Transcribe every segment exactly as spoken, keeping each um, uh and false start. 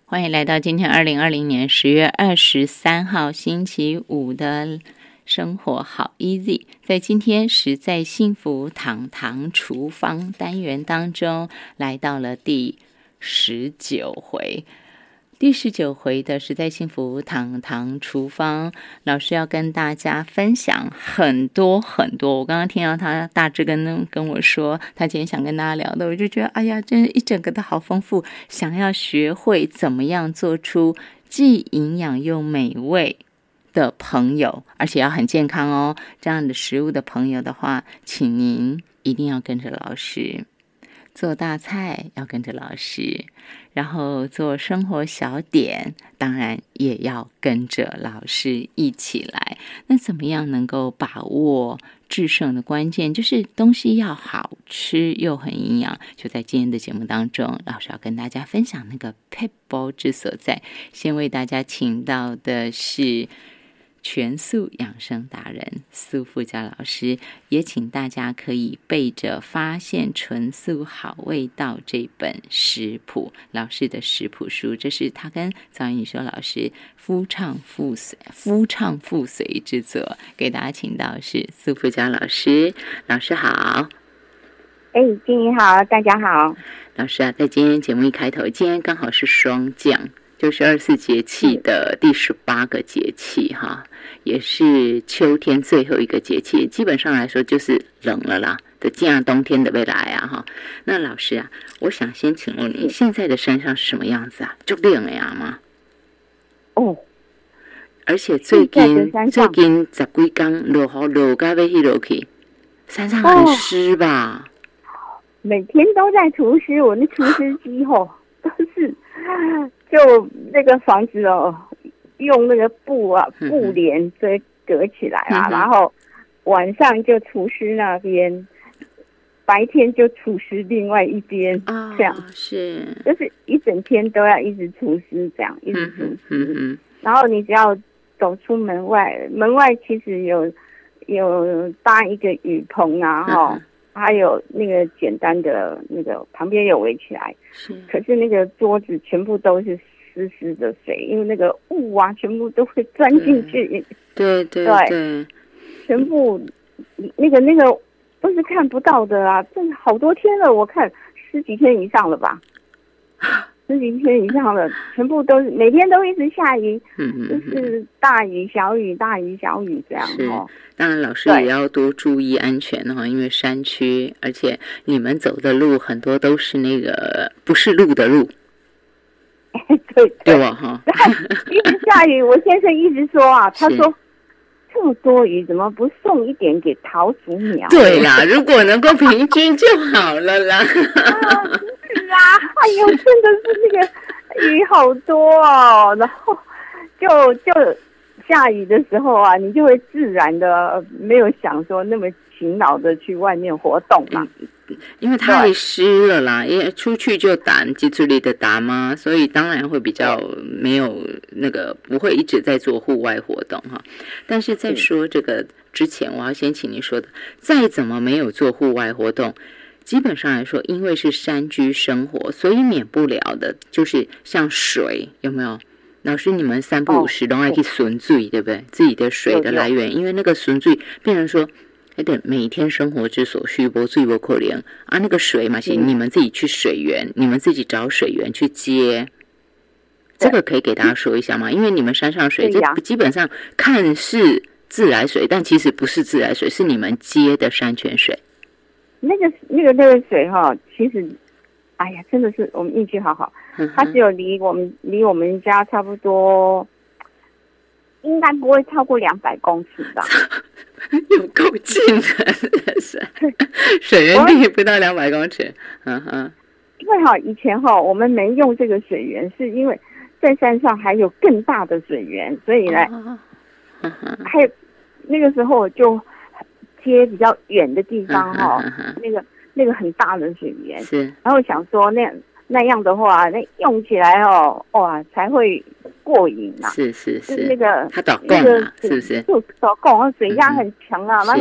欢迎来到今天二零二零年十月二十三号星期五的生活好 easy。 在今天实在幸福堂堂厨房单元当中，来到了第十九回。第十九回的实在幸福堂堂厨房，老师要跟大家分享很多很多。我刚刚听到他大致跟跟我说，他今天想跟大家聊的，我就觉得哎呀，真是一整个都好丰富。想要学会怎么样做出既营养又美味的朋友，而且要很健康哦，这样的食物的朋友的话，请您一定要跟着老师。做大菜要跟着老师，然后做生活小点当然也要跟着老师一起来。那怎么样能够把握制胜的关键，就是东西要好吃又很营养。就在今天的节目当中，老师要跟大家分享那个撇步之所在。先为大家请到的是全素养生达人苏富家老师，也请大家可以背着《发现纯素好味道》这本食谱，老师的食谱书，这是他跟曹云修老师夫唱妇随夫唱妇随之作。给大家请到是苏富家老师，老师好。 哎，经理好，大家好。 老师啊，在今天节目一开头，今天刚好是霜降，就是二十四节气的第十八个节气哈，也是秋天最后一个节气，基本上来说就是冷了啦，就这样冬天的未来啊哈。那老师啊，我想先请问你，现在的山上是什么样子啊？就冷了呀吗？ 哦， 而且最近最近十几天落雨落到要去落去，山上很湿吧？哦， 每天都在除湿，我那除湿机吼都是。就那个房子哦，用那个布啊布帘遮隔起来啊，嗯，然后晚上就除湿那边，白天就除湿另外一边，哦，这样是， 就是一整天都要一直除湿，这样一直除湿，嗯嗯。然后你只要走出门外，门外其实有有搭一个雨棚啊，哈，嗯。还有那个简单的那个旁边有围起来，是，可是那个桌子全部都是湿湿的水，因为那个雾啊全部都会钻进去， 对对 对, 对， 全部那个那个都是看不到的啊！这好多天了，我看十几天以上了吧，十几天以上了，全部都是每天都一直下雨，嗯嗯，就是大雨小雨大雨小雨这样哦。 当然老师也要多注意安全哦，因为山区，而且你们走的路很多都是那个不是路的路， 对对吧？哈， 一直下雨，我先生一直说啊，他说这么多雨怎么不送一点给桃竹苗？ 对啦，如果能够平均就好了啦。 啊是啊，哎呦，真的是那个雨好多哦，然后就就下雨的时候啊，你就会自然的没有想说那么勤劳的去外面活动嘛， 嗯，因为太湿了啦，因为出去就打基础里的打嘛，所以当然会比较没有那个不会一直在做户外活动哈。但是在说这个之前，我要先请你说的，再怎么没有做户外活动，基本上来说，因为是山居生活，所以免不了的就是像水，有没有？老师，你们三不五时都爱去存水，对不对？自己的水的来源，因为那个存水，变成说，哎，对，每天生活之所需，不水不可怜啊。那个水嘛，是你们自己去水源，你们自己找水源去接。这个可以给大家说一下吗？因为你们山上水，这基本上看似自来水，但其实不是自来水，是你们接的山泉水。 那个那个那个水哈，其实。哎呀，真的是我们运气好好，它只有离我们离我们家差不多，应该不会超过两百公尺吧？ 有够近的，是水源地不到两百公尺。嗯哼， 因为哈以前哈我们没用这个水源，是因为在山上还有更大的水源，所以呢，哦、还有那个时候就接比较远的地方哈，那个。那个很大的水源，是，然后想说那那样的话，那用起来哦，哇，才会过瘾啊！ 是是是， 就是那个它导供啊，是不是？ 就导供，水压很强啊，然后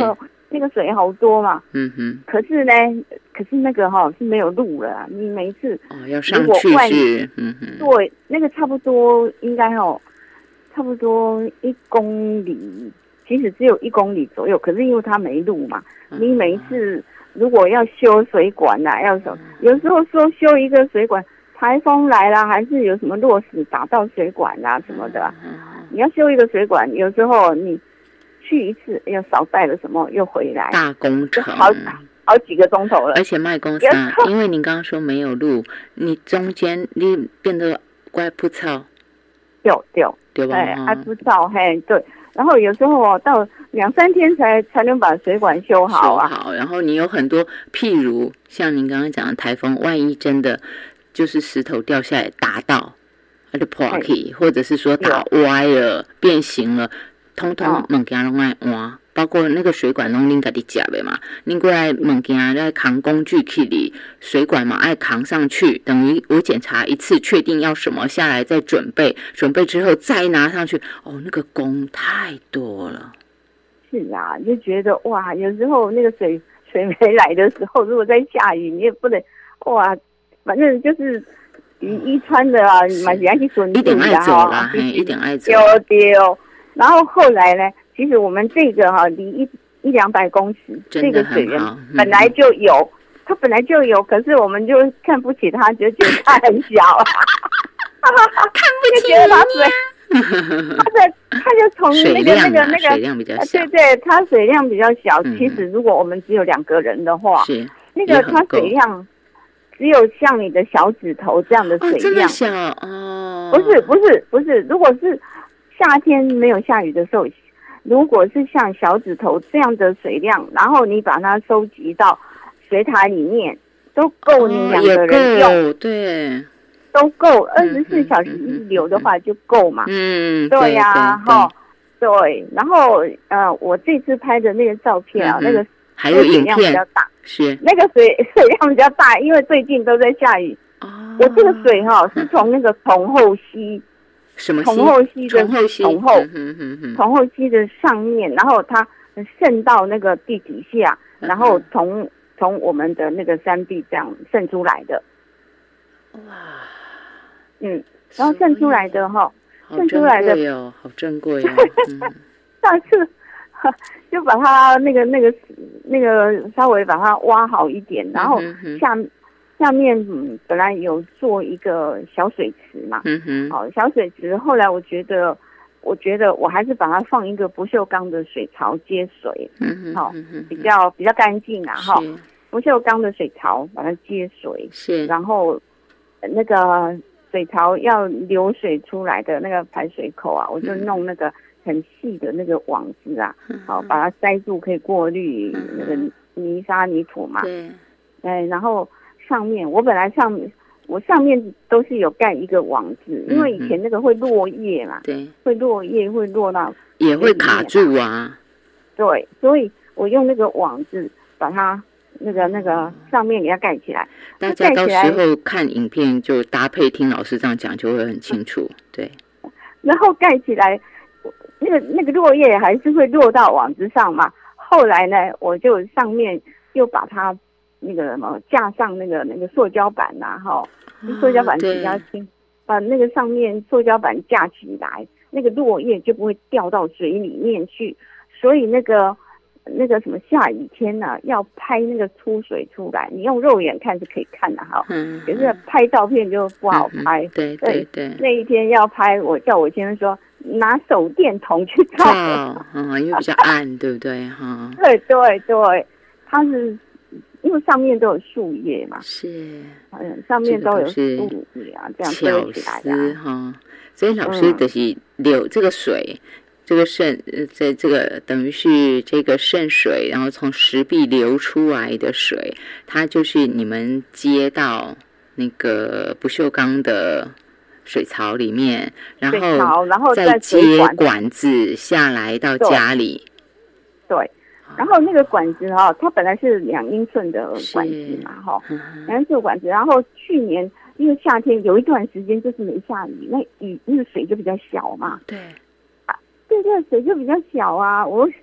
那个水好多嘛， 嗯哼。 可是呢，可是那个哈、哦、是没有路了啊，你每一次哦要上去是，嗯哼， 对，那个差不多应该哦，差不多一公里，其实只有一公里左右，可是因为它没路嘛，嗯、你每一次如果要修水管啦、啊，要什么，有时候说修一个水管，台风来啦，还是有什么落石打到水管啦、啊、什么的、啊，嗯、你要修一个水管，有时候你。去一次又少带了什么又回来， 大工程， 好好几个钟头了。 而且卖公司，因为您刚刚说没有路，你中间你变得怪不操， 对对对吧？ 还不操嘿，对。然后有时候哦，到两三天才才能把水管修好啊。 修好，然后你有很多，譬如像您刚刚讲的台风，万一真的就是石头掉下来打到，它就破去，或者是说打歪了、变形了。通通物件拢爱换，包括那个水管拢恁家己接的嘛。恁过来物件要扛工具去里，水管嘛爱扛上去，等于我检查一次，确定要什么下来再准备，准备之后再拿上去。哦，那个工太多了。 是啊，就觉得哇，有时候那个水水没来的时候，如果在下雨，你也不能哇，反正就是雨衣穿的啊，嘛是爱去准备一定爱走啦，嘿，一定爱走。 丢丢。然后后来呢，其实我们这个哈、啊、离一一两百公尺，这个水源本来就有，嗯、它本来就有，可是我们就看不起它，就觉得它很小， 看不起觉得它水，它的它就从那个、那个那个水量比较小， 对对，它水量比较小。 嗯、 其实如果我们只有两个人的话， 是那个它水量只有像你的小指头这样的水量， 哦、这么小哦？ 不是不是不是，如果是。夏天没有下雨的时候，如果是像小指头这样的水量，然后你把它收集到水塔里面，都够你两个人用， 哦、对， 都够二十四小时一流的话就够嘛。 嗯， 对呀、啊，哈，对。然后呃，我这次拍的那个照片啊，嗯、那个还有影片水量比较大， 是那个水水量比较大，因为最近都在下雨。 哦， 我这个水哈、哦、是从那个崇后溪。 什么崇后溪的崇后，崇后溪的上面，然后它渗到那个地底下，然后从从我们的那个山壁这样渗出来的。 哇， 嗯，然后渗出来的哈， 渗出来的哦，好珍贵哦。 上次就把它那个那个那个稍微把它挖好一点，然后下。下面嗯本来有做一个小水池嘛， 嗯哼， 好小水池，后来我觉得，我觉得我还是把它放一个不锈钢的水槽接水， 嗯哼， 好、嗯、比较比较干净啊，哈，不锈钢的水槽把它接水， 是， 然后那个水槽要流水出来的那个排水口啊，我就弄那个很细的那个网子啊， 嗯、 好把它塞住，可以过滤那个泥沙泥土嘛， 对， 哎，然后。上面我本来上面我上面都是有盖一个网子，因为以前那个会落叶嘛， 对， 会落叶会落到也会卡住啊， 对，所以我用那个网子把它那个那个上面给它盖起来。 大家到时候看影片就搭配听老师这样讲就会很清楚，对。 然后盖起来，那个那个落叶还是会落到网子上嘛。后来呢，我就上面又把它。那个什么架上那个那个塑胶板呐、啊，哈，塑胶板比较轻，把那个上面塑胶板架起来，那个落叶就不会掉到水里面去。所以那个那个什么下雨天呢、啊，要拍那个出水出来，你用肉眼看是可以看的哈， 嗯， 可是拍照片就不好拍。 嗯、对对对， 那一天要拍，我叫我先生说拿手电筒去照， 嗯，因为比较暗，对不对哈？ 对对对，它是。因为上面都有树叶嘛， 是， 嗯，上面都有树叶啊，这样堆起来的哈。所以老师就是流这个水，嗯、这个渗，在这个等于是这个渗水，然后从石壁流出来的水，它就是你们接到那个不锈钢的水槽里面，然后然后再接管子下来到家里， 对。对然后那个管子哈、哦，它本来是两英寸的管子嘛，哈，两英寸管子。然后去年因为夏天有一段时间就是没下雨，那雨那个水就比较小嘛。 对， 啊，对对，水就比较小啊。我拍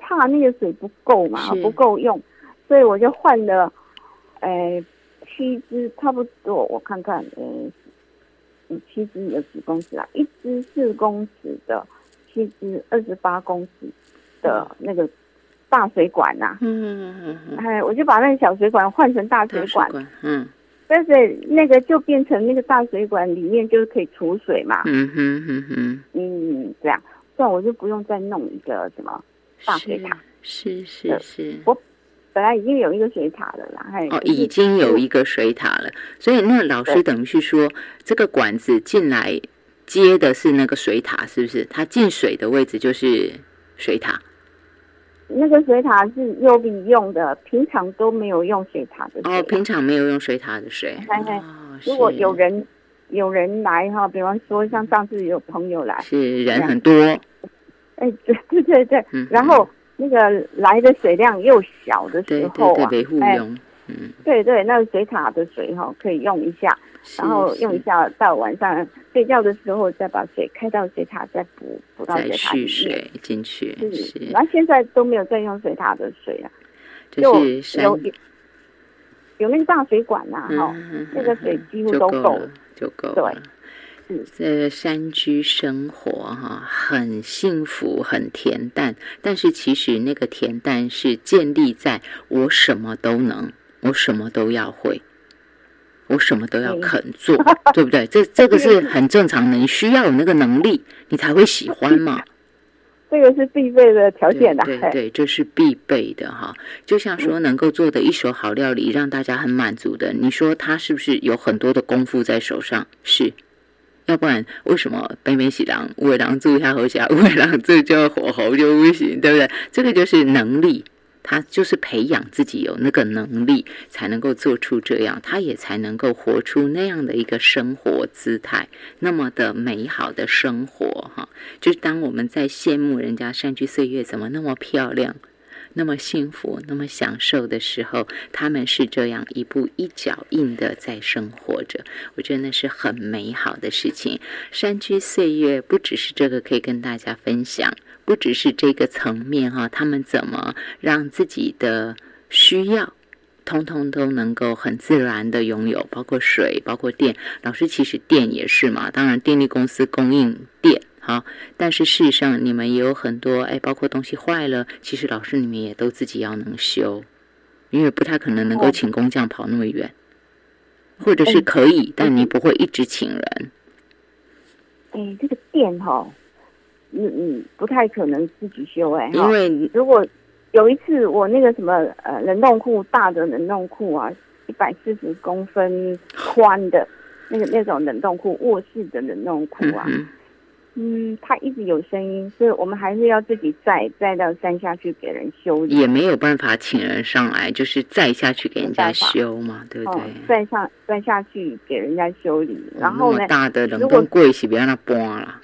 怕那个水不够嘛，不够用，所以我就换了，呃，七支差不多，我看看，呃，七支有几公尺啊？一支四公尺的，七支二十八公尺的那个大水管呐、啊。嗯嗯嗯。哎，我就把那个小水管换成大水管。水管嗯。但是那个就变成那个大水管里面就是可以储水嘛。嗯哼哼哼。嗯，这样，这样我就不用再弄一个什么大水塔。是是 是, 是。我本来已经有一个水塔了啦。哦， 已经有一个水塔了，所以那老师等于是说，这个管子进来接的是那个水塔，是不是？它进水的位置就是水塔。 那个水塔是优比用的，平常都没有用水塔的水、啊。 哦，平常没有用水塔的水。哦、 如果有人有人来哈，比方说像上次有朋友来， 是人很多。 哎，对对对对，嗯、然后那个来的水量又小的时候啊， 对对对，没用。 嗯，对对，那个水塔的水哈可以用一下，然后用一下到晚上睡觉的时候再把水开到水塔，再补补到水塔里面，再蓄水进去。 是，然后现在都没有再用水塔的水了， 就有有有那个大水管呐、啊，哈、嗯嗯，那个水几乎都够了， 就够了。对，这山居生活哈，很幸福，很恬淡，但是其实那个恬淡是建立在我什么都能。我什么都要会，我什么都要肯做，对不对？这这个是很正常的，你需要有那个能力，你才会喜欢嘛。 这个是必备的条件的， 对 对, 对，这是必备的哈。就像说能够做的一手好料理，让大家很满足的，你说他是不是有很多的功夫在手上？是，要不然为什么北美喜郎、乌尾郎住下后下，乌尾郎住就火候就不行，对不对？这个就是能力。他就是培养自己有那个能力，才能够做出这样，他也才能够活出那样的一个生活姿态，那么的美好的生活哈。就是当我们在羡慕人家山居岁月怎么那么漂亮，那么幸福，那么享受的时候，他们是这样一步一脚印的在生活着，我觉得那是很美好的事情。山居岁月不只是这个可以跟大家分享，不只是这个层面哈，他们怎么让自己的需要通通都能够很自然的拥有，包括水，包括电。老师其实电也是嘛，当然电力公司供应电哈，但是事实上你们也有很多哎，包括东西坏了，其实老师你们也都自己要能修，因为不太可能能够请工匠跑那么远，或者是可以，但你不会一直请人。 哎，这个电哈，嗯嗯，不太可能自己修哎， 因为如果有一次我那个什么呃冷冻库大的冷冻库啊，一百四十公分宽的那个那种冷冻库，卧室的冷冻库啊。嗯嗯，它一直有声音，所以我们还是要自己载载到山下去给人修理。 也没有办法请人上来，就是载下去给人家修嘛，对不对？哦、 载上载下去给人家修理，然后呢， 那么大的冷冻柜是不要那搬了。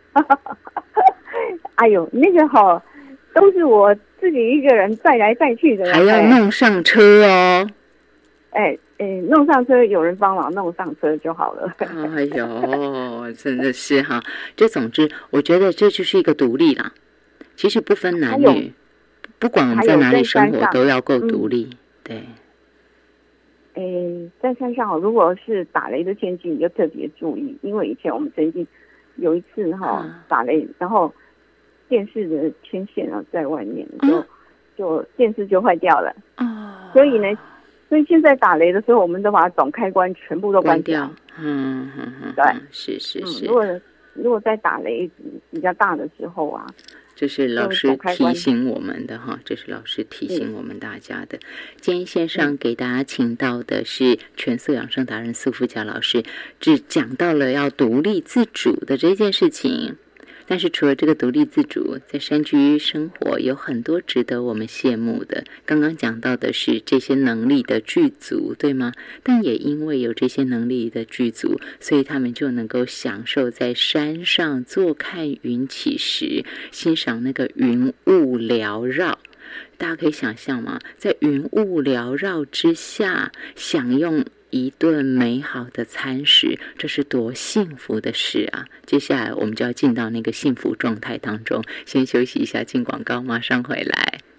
哎呦，那个哈、哦，都是我自己一个人载来载去的， 还要弄上车哦。 哎哎，弄上车有人帮忙弄上车就好了。 哎呦，真的是哈！这总之，我觉得这就是一个独立啦。其实不分男女，不管我们在哪里生活，都要够独立。嗯、对。 哎，在山上，如果是打雷的天气，你就特别注意，因为以前我们曾经有一次哈、嗯、打雷，然后电视的牵线啊在外面，就、嗯、就电视就坏掉了。哦。所以呢。所以现在打雷的时候，我们都把总开关全部都关掉。 嗯嗯嗯， 对， 是是是。 嗯、如果如果在打雷比较大的时候啊， 这是老师提醒我们的哈，这是老师提醒我们大家的。今天线上给大家请到的是全素养生达人苏富佳老师，只讲到了要独立自主的这件事情。但是除了这个独立自主，在山居生活有很多值得我们羡慕的。刚刚讲到的是这些能力的具足，对吗？但也因为有这些能力的具足，所以他们就能够享受在山上坐看云起时，欣赏那个云雾缭绕。大家可以想象吗？在云雾缭绕之下，享用一顿美好的餐食，这是多幸福的事啊！接下来我们就要进到那个幸福状态当中，先休息一下，进广告，马上回来。